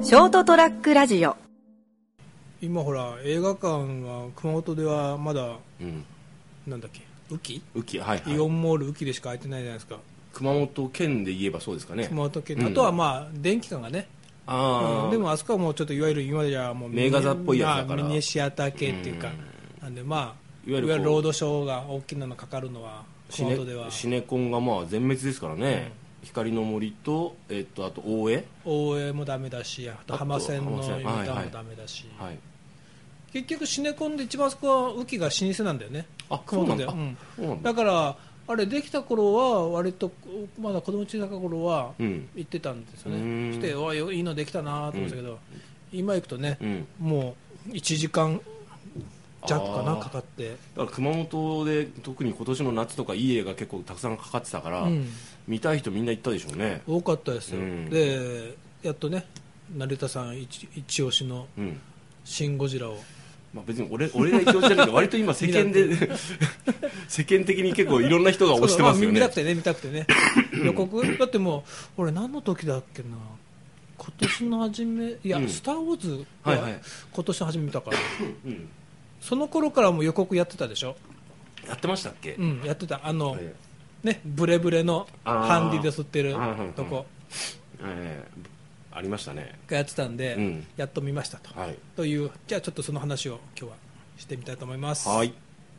ショートトラックラジオ。 今ほら映画館は熊本ではまだ、なんだっけ、 雨季、はいはい、 イオンモール雨季でしか開いてないじゃないですか。 熊本県で言えばそうですかね。 熊本県、あとはまあ電気館がね、でもあそこはもうちょっといわゆる今ではもう名画座っぽいやつだからミニシアター系っていうか、なんでまあいわゆるロードショーが大きなのかかるのは熊本ではシネコンがまあ全滅ですからね、光の森と、あと大江もダメだし、あと浜線の歌もダメだし、結局シネコンで一番そこは雨季が老舗なんだよね、熊本で。だからあれできた頃は割とまだ子供小さい頃は行ってたんですよね。そしていいのできたなと思ってたけど、今行くとね、もう1時間弱かなかかって。 だから熊本で特に今年の夏とかいい映画結構たくさんかかってたから、見たい人みんな行ったでしょうね。 多かったですよ、でやっとね成田さん一押しのシン・ゴジラを、 まあ、別に俺が一押しじゃないけど割と今世間で世間的に結構いろんな人が推してますよね。 見たくてね予告だってもう俺何の時だっけな、今年の初め、いや、スター・ウォーズは今年の初め見たから、その頃からも予告やってたでしょ。 やってましたっけ。 やってた。ね、ブレブレのハンディで吸ってるとこ、 ありましたねがやってたんで、やっと見ましたと、という。じゃあちょっとその話を今日はしてみたいと思います。 はい。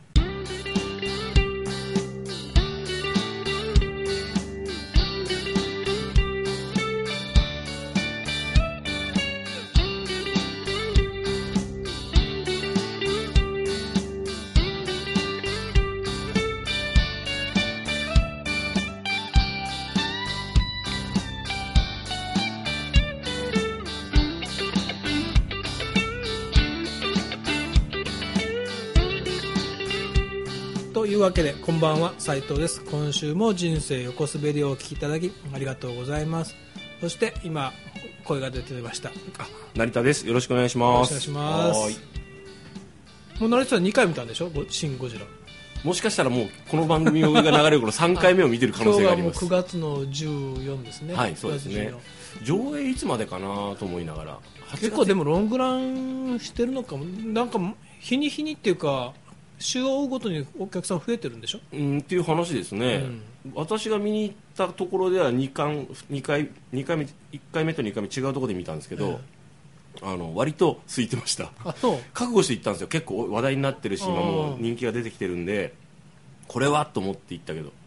というわけでこんばんは、斉藤です。今週も人生横滑りをお聞きいただきありがとうございます。そして今声が出てました。 成田です。よろしくお願いします。 よろしくお願いします。もう成田さん2回見たんでしょ、シン・ゴジラ。もしかしたらもうこの番組が流れる頃3回目を見てる可能性があります。 今日はもう9月の14ですね。 はい、そうですね。上映いつまでかなと思いながら、 結構でもロングランしてるのかも。なんか日に日にっていうか週を追うごとにお客さん増えてるんでしょ、 っていう話ですね。私が見に行ったところでは1回目と2回目違うところで見たんですけど、割と空いてました。覚悟して行ったんですよ。結構話題になってるし今もう人気が出てきてるんで、これはと思って行ったけど。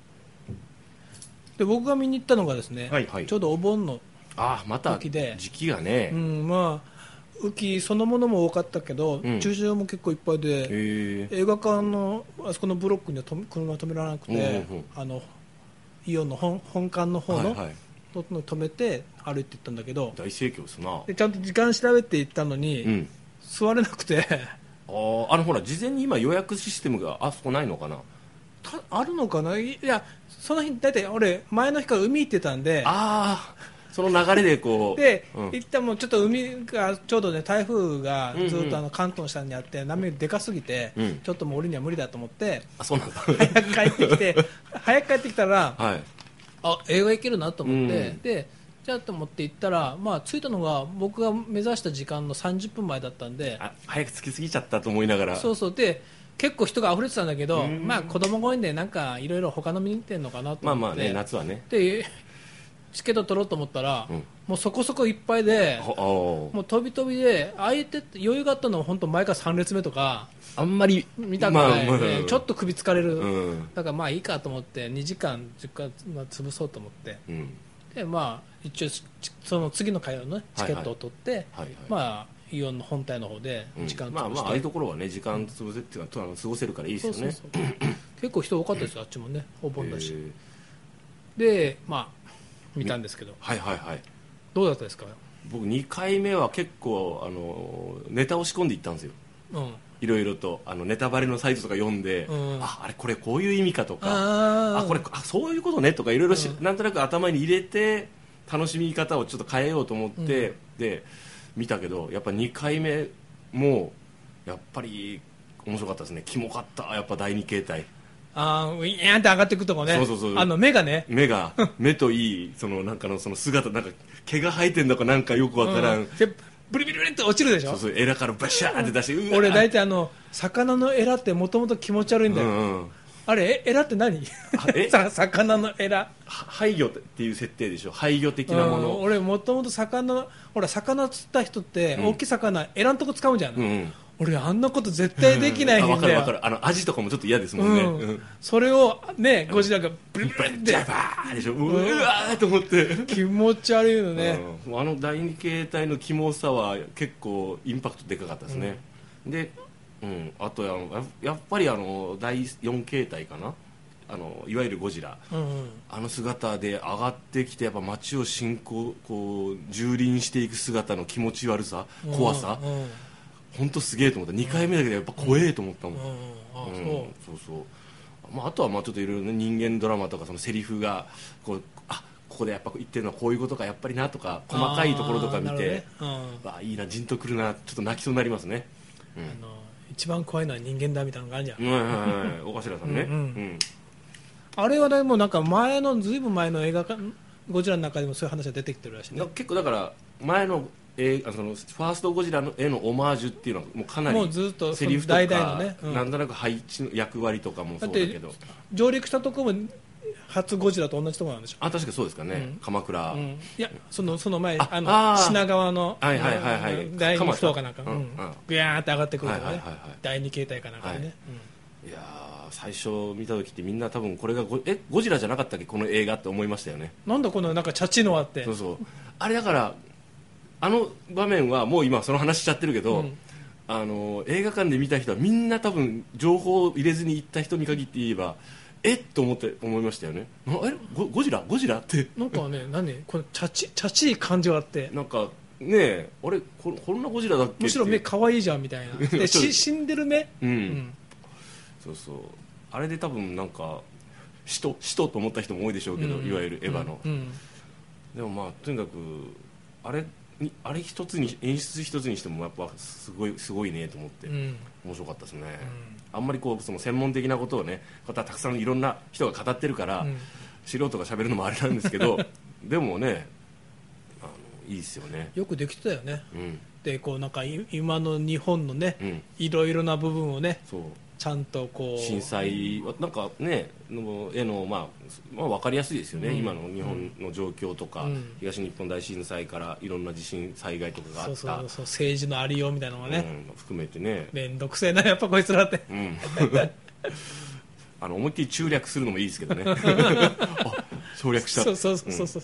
で僕が見に行ったのがですね、ちょうどお盆の時で、 時期がね、 まあ雨季そのものも多かったけど、駐車場も結構いっぱいで、映画館のあそこのブロックには車止められなくて、イオンの本館の方の止めて歩いて行ったんだけど、 大盛況ですな。 でちゃんと時間調べて行ったのに、座れなくてほら事前に今予約システムがあそこないのかな。 あるのかな。いやその日だいたい俺前の日から海行ってたんで、 その流れでこうで、行ったもちょっと海がちょうどね、台風がずっと関東の下にあって波でかすぎて、ちょっともう俺には無理だと思って、 そうなんだ。 早く帰ってきたら、映画行けるなと思って、でじゃあと思って行ったら、着いたのが僕が目指した時間の30分前だったんで、 早く着きすぎちゃったと思いながら、 で結構人が溢れてたんだけど、子供が多いんでなんかいろいろ他の見に行ってんのかなと思って、 夏はね。 でチケット取ろうと思ったら、もうそこそこいっぱいで、もう飛び飛びで、空いて余裕があったのは本当前から3列目とか、 あんまり見たくないので、ちょっと首疲れる、だからまあいいかと思って2時間10回潰そうと思って、で一応その次の会話のチケットを取って、イオンの本体の方で時間潰して、 ああいうところはね時間潰せっていうか過ごせるからいいですよね。 結構人多かったですよ、あっちもね、お盆だし。で見たんですけど、どうだったですか。 僕2回目は結構ネタを仕込んでいったんですよ。いろいろとネタバレのサイトとか読んで、あれこれこういう意味かとか、これそういうことねとかいろいろなんとなく頭に入れて楽しみ方をちょっと変えようと思って、で見たけど、やっぱ2回目もやっぱり面白かったですね。キモかった。やっぱ第2形態ウィーンって上がっていくとこね。 そう、 目がね、 目といい、なんかのその姿、なんか毛が生えてんのかなんかよくわからん、 ブリブリブリって落ちるでしょ。 そうエラからバシャーって出して、 俺大体魚のエラってもともと気持ち悪いんだよ、あれエラって何魚のエラ、 廃魚っていう設定でしょ、廃魚的なもの、 俺もともと魚釣った人って、大きい魚エラのとこ使うんじゃん、俺あんなこと絶対できないんだよ。 分かるアジとかもちょっと嫌ですもんね、 それをねゴジラがブリブリってジャバーでしょ、うわーと思って気持ち悪いのね、 第二形態のキモさは結構インパクトでかかったですね、で、あとやっぱり第4形態かな、いわゆるゴジラ、あの姿で上がってきてやっぱ街を蹂躙していく姿の気持ち悪さ、怖さ、本当すげえと思った。2回目だけでやっぱ怖えと思ったもん。あとはちょっといろいろ人間ドラマとかそのセリフがここでやっぱ言ってるのはこういうことかやっぱりなとか細かいところとか見て、いいな、じんとくるな、ちょっと泣きそうになりますね。 一番怖いのは人間だみたいなのがあるじゃん。 大頭さんね。 あれはでもなんかずいぶん前の映画ゴジラの中でもそういう話が出てきてるらしいね。 結構だから前のそのファーストゴジラへのオマージュっていうのはもうかなりもうずっとセリフとかのね、 なんとなく配置の役割とかもそうだけど、 上陸したとこも初ゴジラと同じところなんでしょ。 確かそうですかね、鎌倉、 いやその前品川の第2棟かなんかグヤーって上がってくるとかね、第2形態かなんかね、 いや最初見た時ってみんな多分これがゴジラじゃなかったっけこの映画って思いましたよね。 なんだこのなんかチャチのあって、 そうあれだからあの場面はもう今その話しちゃってるけど、映画館で見た人はみんな多分情報を入れずに行った人に限って言えばと思いましたよね。ゴジラってなんかねこのチャチい感じがあって、 なんかねあれこんなゴジラだっけ、 むしろ目可愛いじゃんみたいなで死んでる目、 そうあれで多分なんか使徒と思った人も多いでしょうけど、いわゆるエヴァの、でもとにかくあれ一つに演出一つにしてもやっぱすごいねと思って、面白かったですね、あんまりその専門的なことをねたくさんいろんな人が語ってるから、素人が喋るのもあれなんですけどでもねいいですよね、 よくできてたよね、でなんか今の日本のね、いろいろな部分をねちゃんと震災なんかね絵の分かりやすいですよね、今の日本の状況とか、東日本大震災からいろんな地震災害とかがあった、 政治のありようみたいなのがね、 含めてね、 面倒くせえなやっぱこいつらって、 思いっきり中略するのもいいですけどね省略した。そう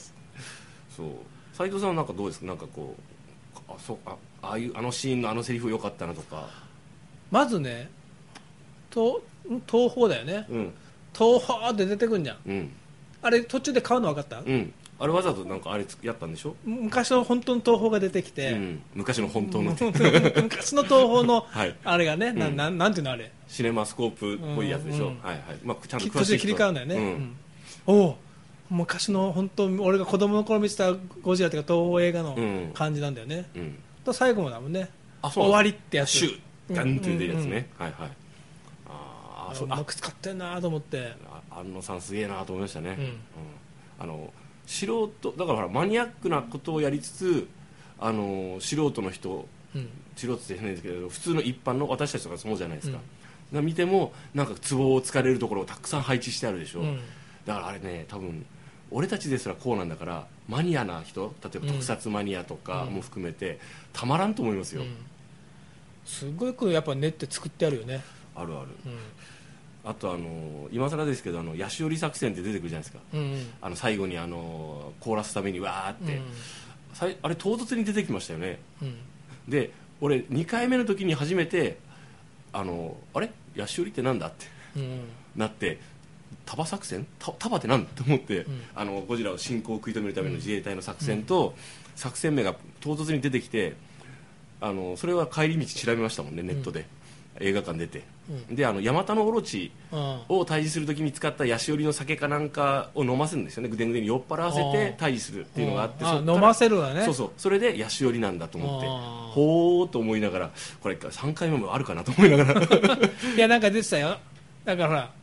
斉藤さんはなんかどうですか、なんかあのシーンのあのセリフ良かったなとか。 まずね東宝だよね、東宝って出てくるんじゃん、あれ途中で買うの分かった？ あれわざとなんかあれやったんでしょ。 昔の本当の東宝が出てきて、 昔の本当の昔の東宝のあれがね、なんていうのあれシネマスコープっぽいやつでしょ、ちゃんと途中で切り替わるんだよね、お昔の本当俺が子供の頃見てたゴジラっていうか東宝映画の感じなんだよね、と最後もだもんね、終わりってやつ、 シュッガンって出るやつね、 うまく使ってんなと思って、 安野さんすげえなと思いましたね、素人だからマニアックなことをやりつつ素人の人、素人って変ですけど普通の一般の私たちとかそうじゃないですか、が見てもなんかツボをつかれるところをたくさん配置してあるでしょ、だからあれね多分俺たちですらこうなんだからマニアな人、例えば特撮マニアとかも含めて、たまらんと思いますよ、 すごくやっぱ練って作ってあるよね。 あるある、あと今更ですけどヤシオリ作戦って出てくるじゃないですか、最後に凍らすためにわーって、あれ唐突に出てきましたよね、で俺2回目の時に初めてあれヤシオリってなんだって、なって束作戦束ってなんって思って、ゴジラを侵攻を食い止めるための自衛隊の作戦と、作戦名が唐突に出てきてそれは帰り道調べましたもんね、ネットで、映画館出て、でヤマタノオロチを退治する時に使ったヤシオリの酒かなんかを飲ませるんですよね、ぐでんぐでんに酔っ払わせて退治するっていうのがあって、 飲ませるわね、 それでヤシオリなんだと思って、ほーと思いながら、これ3回目もあるかなと思いながらいやなんか出てたよ、だからほら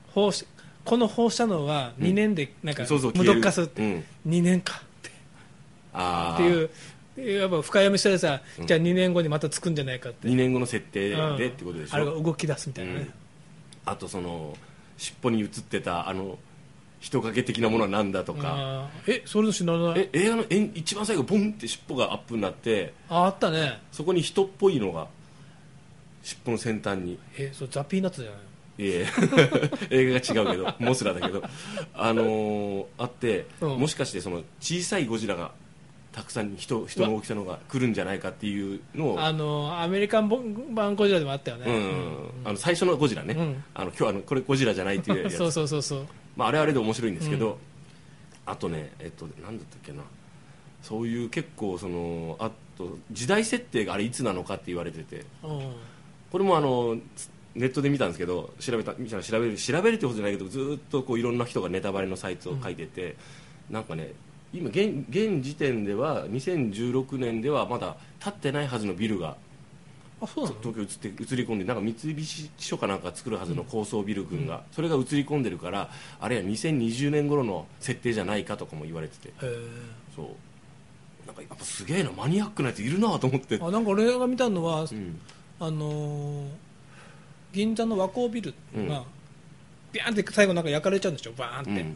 この放射能は2年でなんか無毒化するって、2年かっていうやっぱ深読みしたらさ、じゃあ2年後にまたつくんじゃないかって、 2年後の設定でってことでしょ、 あれが動き出すみたいなね、 あとその尻尾に映ってた人影的なものは何だとか、 それの知らない。 映画の一番最後ボンって尻尾がアップになって、 あったね、 そこに人っぽいのが尻尾の先端に、 それザ・ピーナッツじゃない？ 映画が違うけどモスラだけどあって、もしかしてその小さいゴジラがたくさん人の大きさのが来るんじゃないかっていうのを、 アメリカン版ゴジラでもあったよね、 最初のゴジラね、今日これゴジラじゃないっていうやつそうまあ、あれはあれで面白いんですけど、あとね何だったっけな、そういう結構あと時代設定があれいつなのかって言われてて、これもネットで見たんですけど、調べるってことじゃないけど、ずっとこういろんな人がネタバレのサイトを書いてて、なんかね今現時点では2016年ではまだ建ってないはずのビルが東京に移り込んで、なんか三菱地所かなんか作るはずの高層ビル群が、それが映り込んでるから、あれは2020年頃の設定じゃないかとかも言われてて、そうなんかやっぱすげえな、マニアックなやついるなと思って。 なんか俺が見たのは、銀座の和光ビルがビャーンって最後なんか焼かれちゃうんでしょ、バーンって、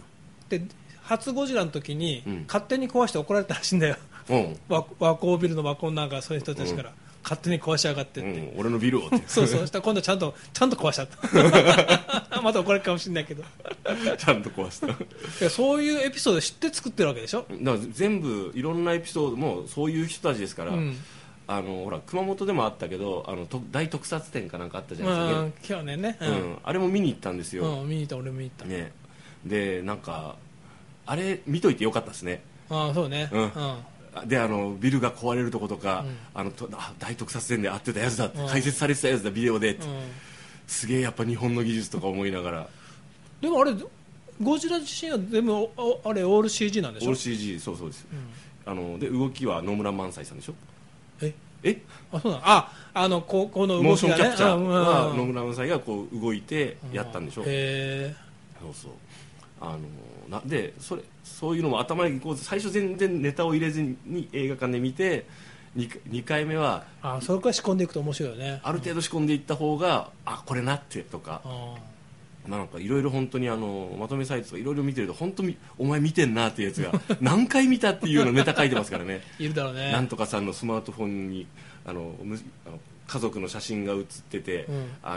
で初ゴジラの時に勝手に壊して怒られたらしいんだよ、和光ビルの和光なんかそういう人たちから、勝手に壊しやがってって、 俺のビルをってそうしたら今度ちゃんと壊しちゃったまた怒られるかもしれないけどちゃんと壊したそういうエピソード知って作ってるわけでしょ。 だから全部いろんなエピソードもそういう人たちですから、ほら熊本でもあったけど大特撮展かなんかあったじゃないですか、 去年ね、 あれも見に行ったんですよ、 見に行った、俺も見に行った、 ね、でなんかあれ見といてよかったですね。 そうね、 でビルが壊れるとことか、大特撮展で会ってたやつだ、解説されてたやつだビデオでって、すげえやっぱ日本の技術とか思いながら。でもあれゴジラ自身は全部あれオール CG なんでしょ。 オール CG、そうです、で動きは野村萬斎さんでしょ。 そうなの。この動きがね、 モーションキャプチャーは野村萬斎がこう動いてやったんでしょ。そうでそういうのも頭にこう最初全然ネタを入れずに映画館で見て、2回目はそれから仕込んでいくと面白いよね。 ある程度仕込んでいった方がこれなってとか、なんかいろいろ本当にまとめサイトとかいろいろ見てると、本当にお前見てんなっていうやつが何回見たっていうのネタ書いてますからねいるだろうね。 なんとかさんのスマートフォンに家族の写真が写ってて、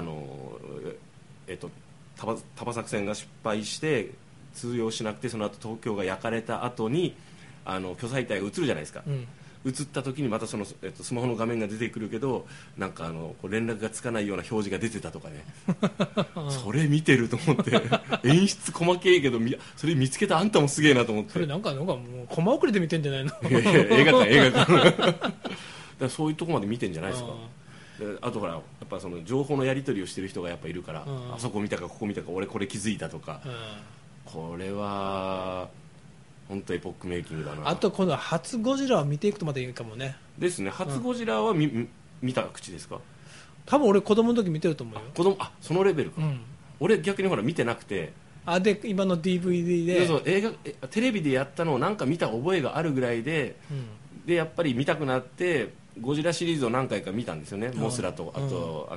タバ作戦が失敗して通用しなくて、その後東京が焼かれた後に巨彩体が映るじゃないですか、映った時にまたその、スマホの画面が出てくるけど、なんかこう連絡がつかないような表示が出てたとかねそれ見てると思って演出細けいけどそれ見つけたあんたもすげえなと思って、 それなんかもうコマ送りで見てんじゃないの映画館だからそういうとこまで見てんじゃないですか。あとほらやっぱその情報のやり取りをしてる人がやっぱいるから、あそこ見たかここ見たか、俺これ気づいたとか、これは本当エポックメイキングだな。 あと今度は初ゴジラを見ていくとまたいいかもね。 ですね。初ゴジラは見た口ですか。 多分俺子供の時見てると思うよ。 そのレベルか、俺逆にほら見てなくて、 で今の DVD でそうテレビでやったのをなんか見た覚えがあるぐらいで、でやっぱり見たくなってゴジラシリーズを何回か見たんですよね。モスラとあと、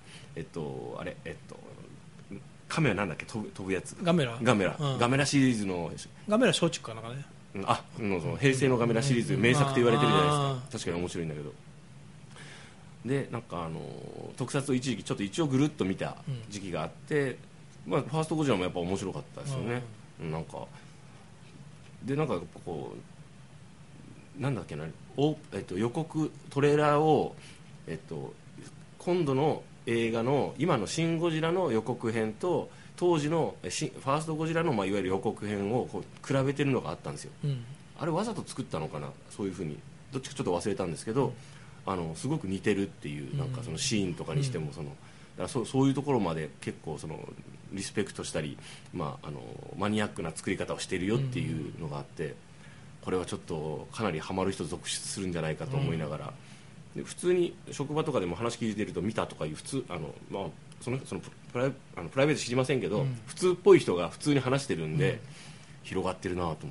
カメラなんだっけ、飛ぶやつ、ガメラシリーズのガメラ松竹かなんかね、 平成のガメラシリーズ名作と言われてるじゃないですか。確かに面白いんだけど、でなんか特撮を一応ぐるっと見た時期があって、ファーストゴジラもやっぱ面白かったですよね。なんかこうなんだっけな、予告トレーラーを、今度の映画の今のシン・ゴジラの予告編と当時のファーストゴジラの、いわゆる予告編をこう比べてるのがあったんですよ、あれわざと作ったのかな、そういうふうにどっちかちょっと忘れたんですけど、すごく似てるっていう、なんかそのシーンとかにしてもだからそういうところまで結構リスペクトしたり、マニアックな作り方をしているよっていうのがあって、これはちょっとかなりハマる人続出するんじゃないかと思いながら、で普通に職場とかでも話聞いてると見たとかいう普通そのプライベート知りませんけど、普通っぽい人が普通に話してるんで、広がってるなと思って、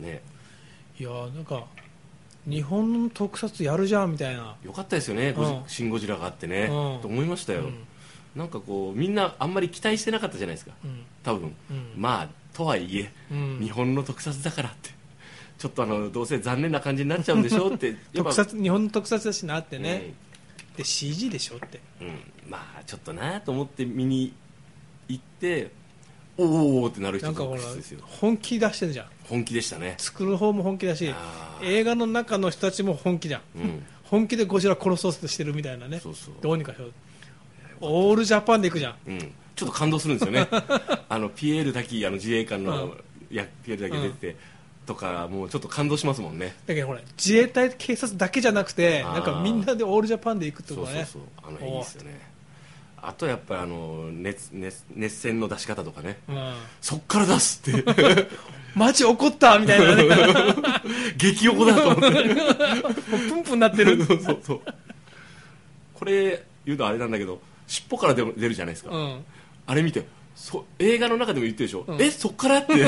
ね。 いやなんか日本の特撮やるじゃんみたいな。 よかったですよね、シン・ゴジラがあってね、と思いましたよ。なんかこうみんなあんまり期待してなかったじゃないですか、多分、まあとはいえ、日本の特撮だからってちょっとどうせ残念な感じになっちゃうんでしょうって日本の特撮だしなってね、で CG でしょって、 まあちょっとなと思って見に行っておおってなる人なんかほら本気出してるじゃん。 本気でしたね。 作る方も本気だし、映画の中の人たちも本気じゃん、本気でゴジラ殺そうとしてるみたいなね。そうそう、どうにかしよう、オールジャパンで行くじゃん、 ちょっと感動するんですよねピエール滝自衛官の、ピエール滝出て、とかもうちょっと感動しますもんね。 だけどほら自衛隊警察だけじゃなくてなんかみんなでオールジャパンで行くってことね。 そういいですよね。あとやっぱり熱線の出し方とかね、そっから出すってマジ怒ったみたいなね激怒だと思ってプンプンなってるそうこれ言うとあれなんだけど、尻尾から出るじゃないですか、あれ見て映画の中でも言ってるでしょ、そっからって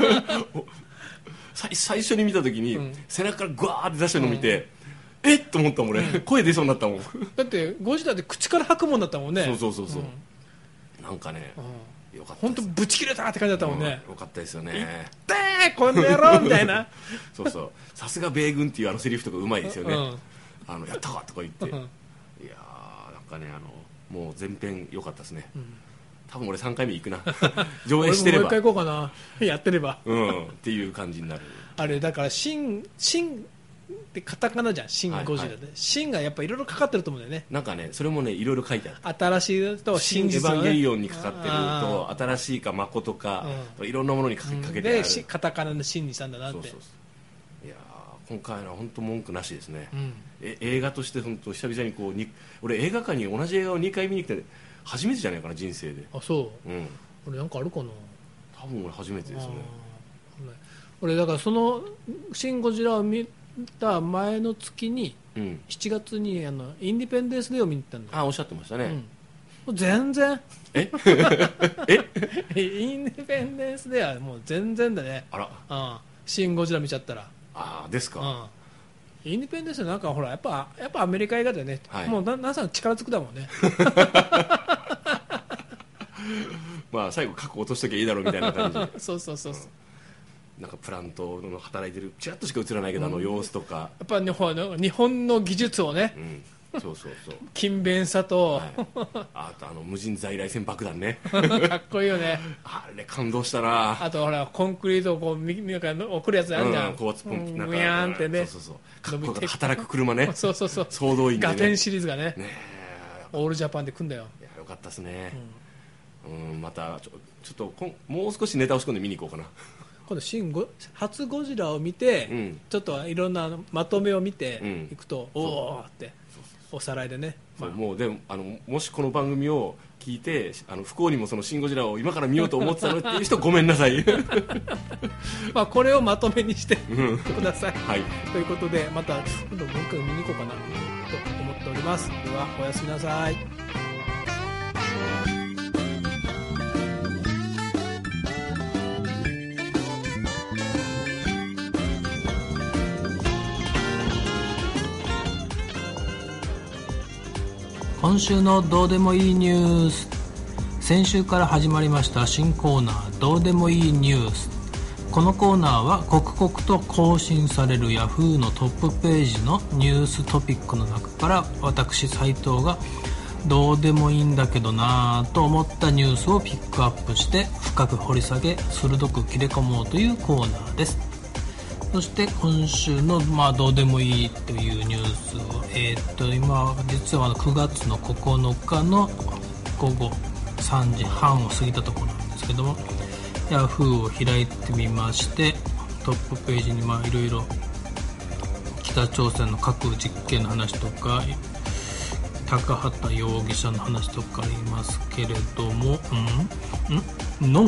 最初に見た時に、背中からグワーって出してるの見て、っと思ったもん俺、声出そうになったもんだってゴジラって口から吐くもんだったもんね。 そう、なんかね、よかった。 本当ブチ切れたって感じだったもんね。 よかったですよね。 いってーこの野郎みたいなそうさすが米軍っていうセリフとかうまいですよね、やったかとか言って、いやなんかねもう全編良かったですね、多分俺3回目行くな上映してればもう一回行こうかなやってればっていう感じになる。 あれだからシンってカタカナじゃん、シン・ゴジラで、シンがやっぱいろいろかかってると思うんだよね。 なんかねそれもねいろいろ書いてある。 新しいと真実の、エヴァンゲリオンにかかってると新しいか誠か、いろんなものにかけてある、 でカタカナのシンにしたんだなって。いや今回のは本当文句なしですね、映画として本当久々にこう俺映画館に同じ映画を2回見に来て初めてじゃないかな人生で。 あそう、俺なんかあるかな。 多分俺初めてですね。 俺だからそのシン・ゴジラを見た前の月に、7月にインディペンデンスデーを見に行ったんだ。 おっしゃってましたね、 全然インディペンデンスデーはもう全然だね。 あら、 シン・ゴジラ見ちゃったら。 ですか、 インディペンデンスなんかほらやっぱアメリカ映画だよね、もう何さん力つくだもんねまあ最後核落としときゃいいだろうみたいな感じでそう、 なんかプラントの働いてるチラッとしか映らないけど、様子とかやっぱ日本の技術をね、 そう勤勉さと、 あと無人在来線爆弾ねかっこいいよねあれ感動したな。あとほらコンクリートをこうなんか送るやつあるじゃん、 高圧ポンプなんかウヤーンってね、 かっこよかった。働く車ね、 総動員でね、 ガテンシリーズがねオールジャパンで組んだよ。 いやよかったですね、またちょっともう少しネタを仕込んで見に行こうかな。 今度初ゴジラを見て、ちょっといろんなまとめを見ていくと、おおっておさらいでね、 もうでももしこの番組を聞いて不幸にもそのシン・ゴジラを今から見ようと思ってたのっていう人ごめんなさいこれをまとめにしてください、 はい、 ということでまた今度もう一回見に行こうかなと思っております。ではおやすみなさい。今週のどうでもいいニュース。先週から始まりました新コーナーどうでもいいニュース。このコーナーは刻々と更新される Yahoo のトップページのニューストピックの中から私斉藤がどうでもいいんだけどなぁと思ったニュースをピックアップして深く掘り下げ鋭く切れ込もうというコーナーです。そして今週の、どうでもいいというニュースを、今実は9月の9日の午後3時半を過ぎたところなんですけども、Yahoo を開いてみまして、トップページにいろいろ北朝鮮の核実験の話とか高畑容疑者の話とかありますけれども、ノ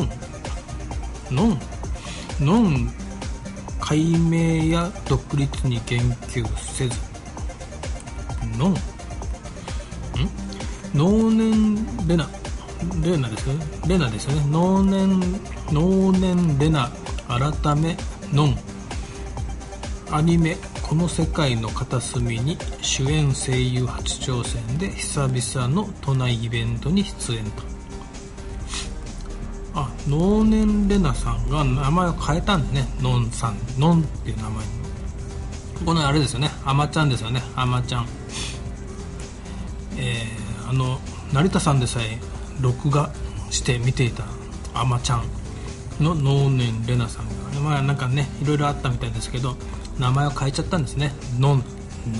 ン解明や独立に言及せず、能年レナレナですよね。レナですよね。能年レナ改めノン。アニメこの世界の片隅に主演声優初挑戦で久々の都内イベントに出演と。能年レナさんが名前を変えたんでね。ノンさん、ノンっていう名前に。このあれですよね、アマちゃんですよね。アマちゃん、成田さんでさえ録画して見ていたアマちゃんの能年レナさんが、なんかね、いろいろあったみたいですけど、名前を変えちゃったんですね。ノン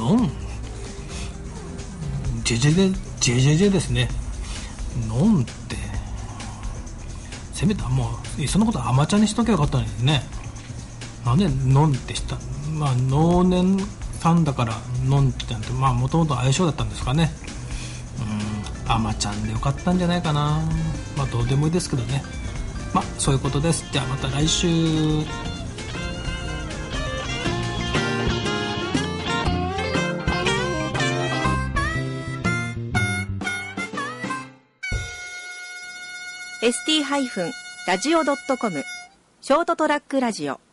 ジェジェですね。ノンってせめてもういっそのことアマちゃんにしとけばよかったんですね。なんでノンってした。能年さんだからノンってなんて、もともと相性だったんですかね。アマちゃんでよかったんじゃないかな。どうでもいいですけどね。そういうことです。じゃあまた来週。 ST-radio.com ショートトラックラジオ